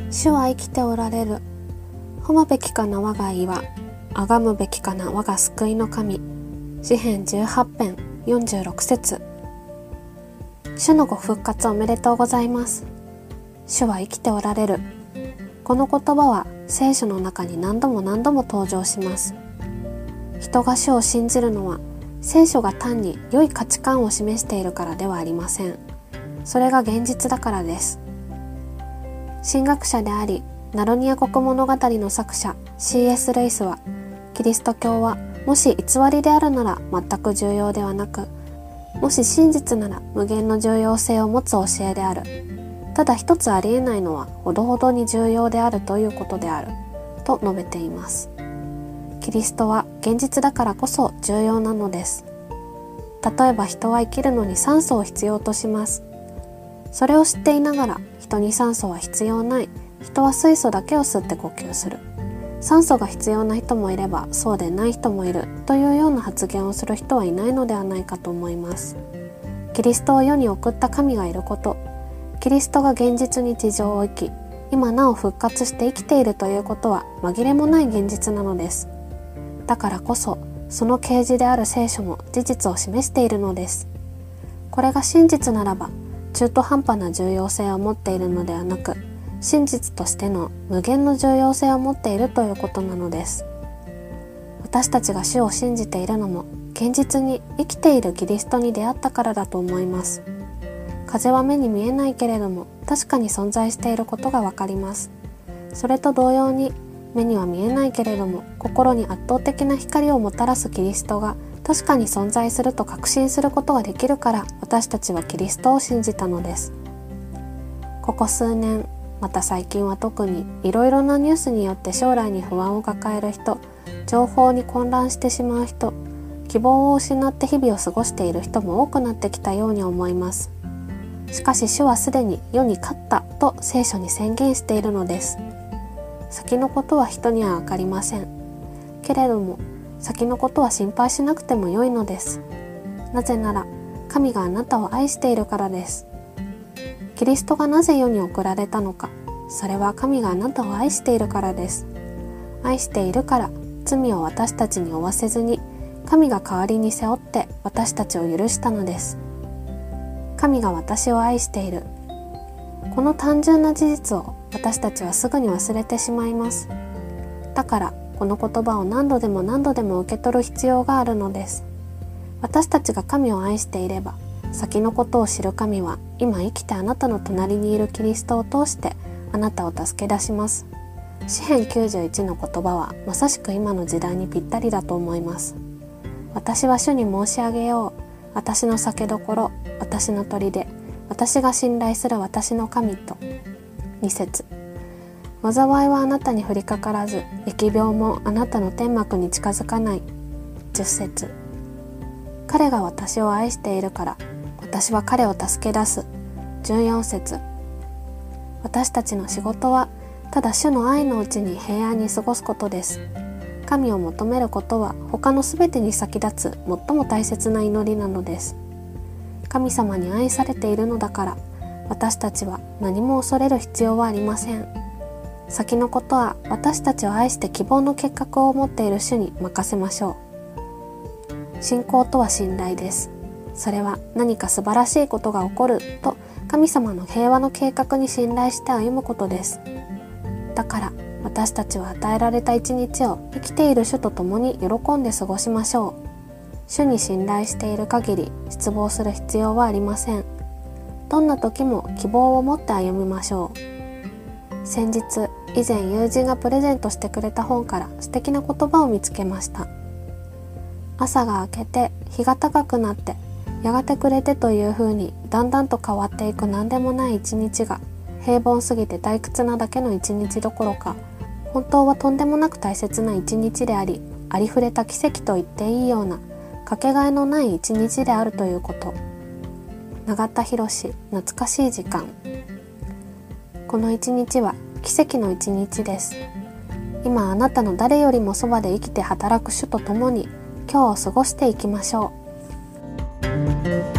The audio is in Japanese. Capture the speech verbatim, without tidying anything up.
主は生きておられる。褒むべきかな我が岩、崇むべきかな我が救いの神。詩編じゅうはち編よんじゅうろく節。主のご復活おめでとうございます。主は生きておられる。この言葉は聖書の中に何度も何度も登場します。人が主を信じるのは聖書が単に良い価値観を示しているからではありません。それが現実だからです。神学者でありナルニア国物語の作者 シーエス ルイスは、キリスト教はもし偽りであるなら全く重要ではなく、もし真実なら無限の重要性を持つ教えである。ただ一つありえないのはほどほどに重要であるということであると述べています。キリストは現実だからこそ重要なのです。例えば人は生きるのに酸素を必要とします。それを知っていながら人に酸素は必要ない、人は水素だけを吸って呼吸する、酸素が必要な人もいればそうでない人もいるというような発言をする人はいないのではないかと思います。キリストを世に送った神がいること、キリストが現実に地上を生き、今なお復活して生きているということは紛れもない現実なのです。だからこそその啓示である聖書も事実を示しているのです。これが真実ならば中途半端な重要性を持っているのではなく、真実としての無限の重要性を持っているということなのです。私たちが主を信じているのも現実に生きているキリストに出会ったからだと思います。風は目に見えないけれども確かに存在していることがわかります。それと同様に目には見えないけれども心に圧倒的な光をもたらすキリストが確かに存在すると確信することができるから、私たちはキリストを信じたのです。ここ数年、また最近は特にいろいろなニュースによって将来に不安を抱える人、情報に混乱してしまう人、希望を失って日々を過ごしている人も多くなってきたように思います。しかし主はすでに世に勝ったと聖書に宣言しているのです。先のことは人にはわかりません。けれども先のことは心配しなくても良いのです。なぜなら神があなたを愛しているからです。キリストがなぜ世に送られたのか、それは神があなたを愛しているからです。愛しているから罪を私たちに負わせずに、神が代わりに背負って私たちを許したのです。神が私を愛している。この単純な事実を私たちはすぐに忘れてしまいます。だからこの言葉を何度でも何度でも受け取る必要があるのです。私たちが神を愛していれば、先のことを知る神は今生きてあなたの隣にいるキリストを通してあなたを助け出します。詩編きゅうじゅういちの言葉はまさしく今の時代にぴったりだと思います。私は主に申し上げよう。私の酒どころ、私の砦、私が信頼する私の神と。に節。災いはあなたに降りかからず、疫病もあなたの天幕に近づかない。じゅっ節。彼が私を愛しているから私は彼を助け出す。じゅうよん節。私たちの仕事はただ主の愛のうちに平安に過ごすことです。神を求めることは他のすべてに先立つ最も大切な祈りなのです。神様に愛されているのだから私たちは何も恐れる必要はありません。先のことは私たちを愛して希望の計画を持っている主に任せましょう。信仰とは信頼です。それは何か素晴らしいことが起こると神様の平和の計画に信頼して歩むことです。だから私たちは与えられた一日を生きている主と共に喜んで過ごしましょう。主に信頼している限り失望する必要はありません。どんな時も希望を持って歩みましょう。先日以前友人がプレゼントしてくれた本から素敵な言葉を見つけました。朝が明けて日が高くなってやがて暮れてという風にだんだんと変わっていく何でもない一日が平凡すぎて退屈なだけの一日どころか、本当はとんでもなく大切な一日であり、ありふれた奇跡と言っていいようなかけがえのない一日であるということ。永田博、懐かしい時間。この一日は奇跡の一日です。今あなたの誰よりもそばで生きて働く主と共に今日を過ごしていきましょう。